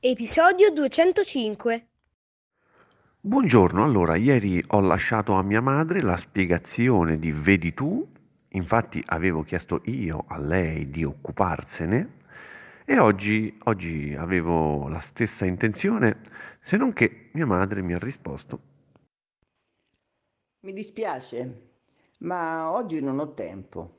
Episodio 205. Buongiorno, allora ieri ho lasciato a mia madre la spiegazione di Vedi tu, infatti avevo chiesto io a lei di occuparsene e oggi avevo la stessa intenzione, se non che mia madre mi ha risposto: Mi dispiace, ma oggi non ho tempo.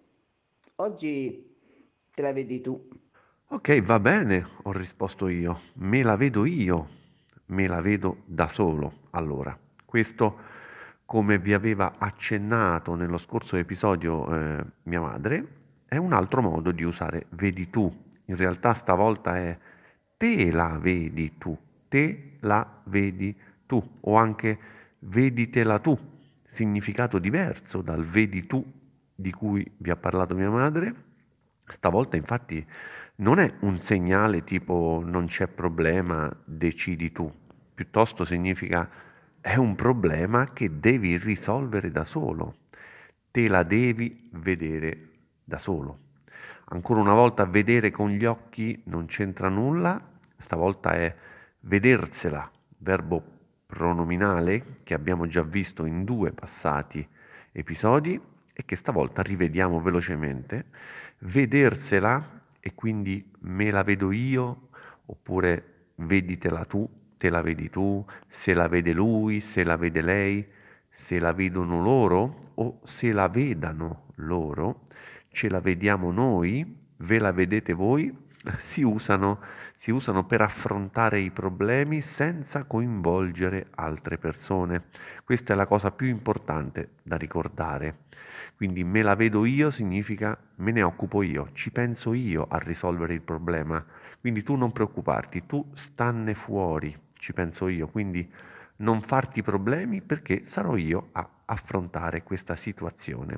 Oggi te la vedi tu. ok, va bene, ho risposto io, me la vedo io, me la vedo da solo. Allora, questo come vi aveva accennato nello scorso episodio mia madre, è un altro modo di usare vedi tu. In realtà stavolta è te la vedi tu, te la vedi tu, o anche veditela tu, significato diverso dal vedi tu di cui vi ha parlato mia madre. Stavolta infatti non è un segnale tipo non c'è problema, decidi tu, piuttosto significa è un problema che devi risolvere da solo, te la devi vedere da solo. Ancora una volta vedere con gli occhi non c'entra nulla, stavolta è vedersela, verbo pronominale che abbiamo già visto in due passati episodi e che stavolta rivediamo velocemente. Vedersela e quindi me la vedo io oppure veditela tu, te la vedi tu, se la vede lui, se la vede lei, se la vedono loro o se la vedano loro, ce la vediamo noi, ve la vedete voi, si usano per affrontare i problemi senza coinvolgere altre persone. Questa è la cosa più importante da ricordare. Quindi me la vedo io significa me ne occupo io, ci penso io a risolvere il problema. Quindi tu non preoccuparti, tu stanne fuori, ci penso io. Quindi non farti problemi perché sarò io a affrontare questa situazione.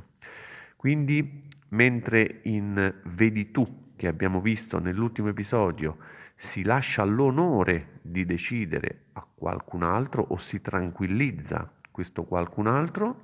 Quindi mentre in vedi tu, che abbiamo visto nell'ultimo episodio, si lascia l'onore di decidere a qualcun altro o si tranquillizza questo qualcun altro,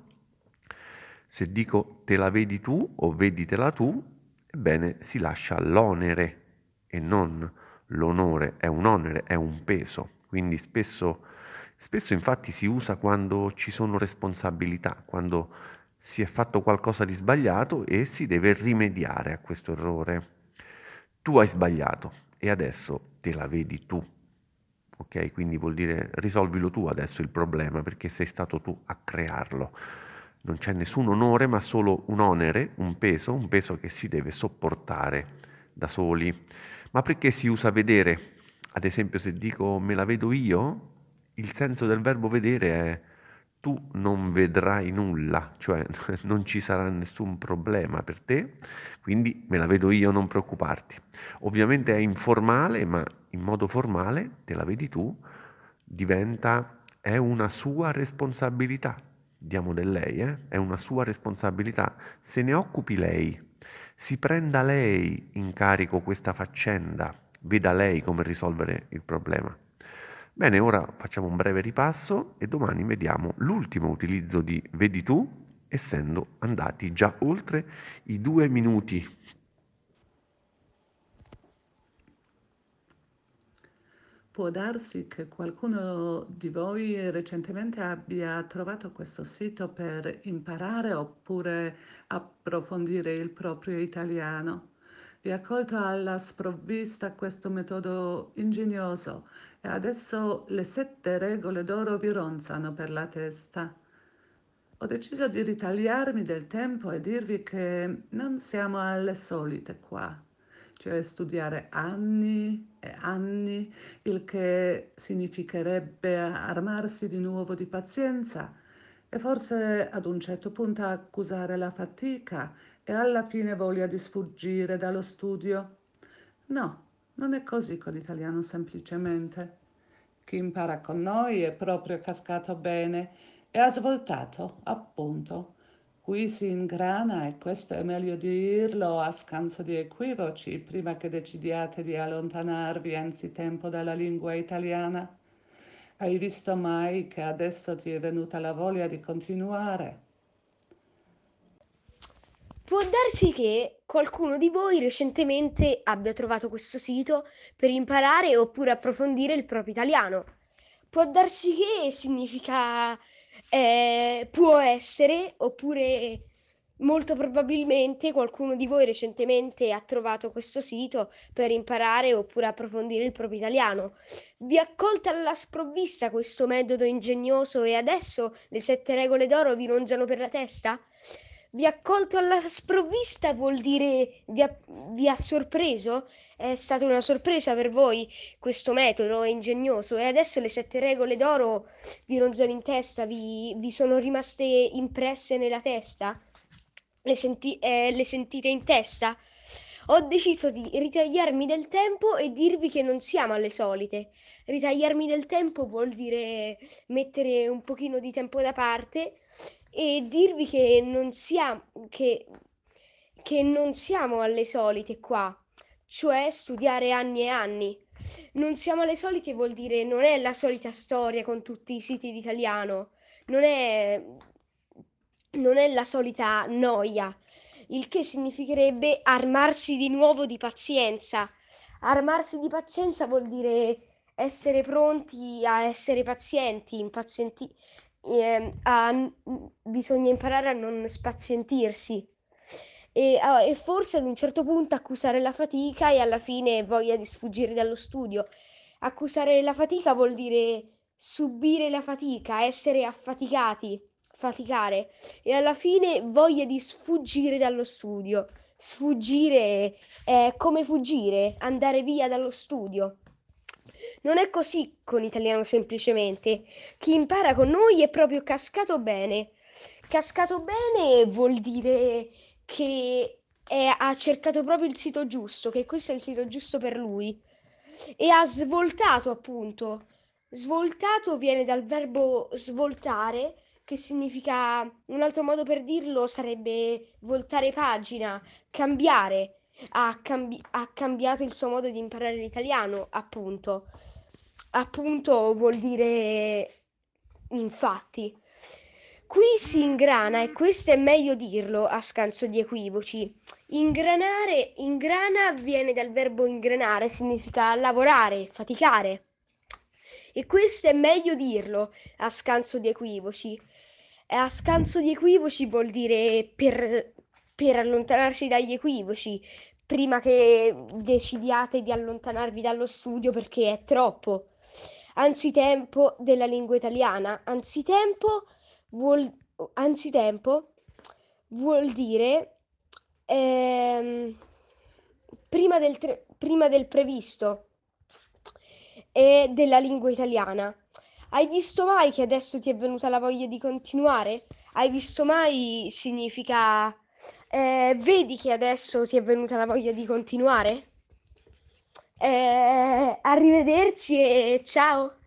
se dico te la vedi tu o veditela tu, ebbene si lascia l'onere e non l'onore, è un onere, è un peso. Quindi spesso infatti si usa quando ci sono responsabilità, quando si è fatto qualcosa di sbagliato e si deve rimediare a questo errore. Tu hai sbagliato e adesso te la vedi tu. Ok? Quindi vuol dire risolvilo tu adesso il problema perché sei stato tu a crearlo. Non c'è nessun onore, ma solo un onere, un peso che si deve sopportare da soli. Ma perché si usa vedere? Ad esempio, se dico me la vedo io, il senso del verbo vedere è tu non vedrai nulla, cioè non ci sarà nessun problema per te, quindi me la vedo io, non preoccuparti. Ovviamente è informale, ma in modo formale, te la vedi tu, è una sua responsabilità. Diamo del lei, È una sua responsabilità. Se ne occupi lei, si prenda lei in carico questa faccenda, veda lei come risolvere il problema. Bene, ora facciamo un breve ripasso e domani vediamo l'ultimo utilizzo di vedi tu, essendo andati già oltre i 2 minuti. Può darsi che qualcuno di voi recentemente abbia trovato questo sito per imparare oppure approfondire il proprio italiano. Vi ha colto alla sprovvista questo metodo ingegnoso e adesso le 7 regole d'oro vi ronzano per la testa. Ho deciso di ritagliarmi del tempo e dirvi che non siamo alle solite qua, cioè studiare anni e anni, il che significherebbe armarsi di nuovo di pazienza e forse ad un certo punto accusare la fatica e alla fine voglia di sfuggire dallo studio. No, non è così con l'italiano semplicemente. Chi impara con noi è proprio cascato bene e ha svoltato, appunto. Qui si ingrana e questo è meglio dirlo a scanso di equivoci prima che decidiate di allontanarvi anzitempo dalla lingua italiana. Hai visto mai che adesso ti è venuta la voglia di continuare? Può darsi che qualcuno di voi recentemente abbia trovato questo sito per imparare oppure approfondire il proprio italiano. Può darsi che significa può essere, oppure molto probabilmente qualcuno di voi recentemente ha trovato questo sito per imparare oppure approfondire il proprio italiano. Vi ha colta alla sprovvista questo metodo ingegnoso e adesso le 7 regole d'oro vi rongiano per la testa? Vi ha colto alla sprovvista vuol dire vi ha sorpreso? È stata una sorpresa per voi questo metodo, è ingegnoso e adesso le 7 regole d'oro vi ronzano in testa, vi sono rimaste impresse nella testa? Le sentite in testa? Ho deciso di ritagliarmi del tempo e dirvi che non siamo alle solite. Ritagliarmi del tempo vuol dire mettere un pochino di tempo da parte e dirvi che non siamo alle solite qua, cioè studiare anni e anni. Non siamo alle solite vuol dire non è la solita storia con tutti i siti di italiano, non è, non è la solita noia, il che significherebbe armarsi di nuovo di pazienza. Armarsi di pazienza vuol dire essere pronti a essere pazienti, bisogna imparare a non spazientirsi e forse ad un certo punto accusare la fatica e alla fine voglia di sfuggire dallo studio. Accusare la fatica vuol dire subire la fatica, essere affaticati, faticare e alla fine voglia di sfuggire dallo studio. Sfuggire è come fuggire, andare via dallo studio. Non è così con italiano semplicemente. Chi impara con noi è proprio cascato bene. Cascato bene vuol dire che ha cercato proprio il sito giusto, che questo è il sito giusto per lui. E ha svoltato, appunto. Svoltato viene dal verbo svoltare, che significa, un altro modo per dirlo sarebbe voltare pagina, cambiare. Ha cambiato il suo modo di imparare l'italiano, appunto. Appunto vuol dire infatti. Qui si ingrana, e questo è meglio dirlo a scanso di equivoci. Ingranare, ingrana viene dal verbo ingranare, significa lavorare, faticare. E questo è meglio dirlo a scanso di equivoci. E a scanso di equivoci vuol dire per allontanarsi dagli equivoci, prima che decidiate di allontanarvi dallo studio perché è troppo. Anzitempo della lingua italiana. Vuol, anzitempo vuol dire prima del previsto e della lingua italiana. Hai visto mai che adesso ti è venuta la voglia di continuare? Hai visto mai significa vedi che adesso ti è venuta la voglia di continuare? Arrivederci e ciao!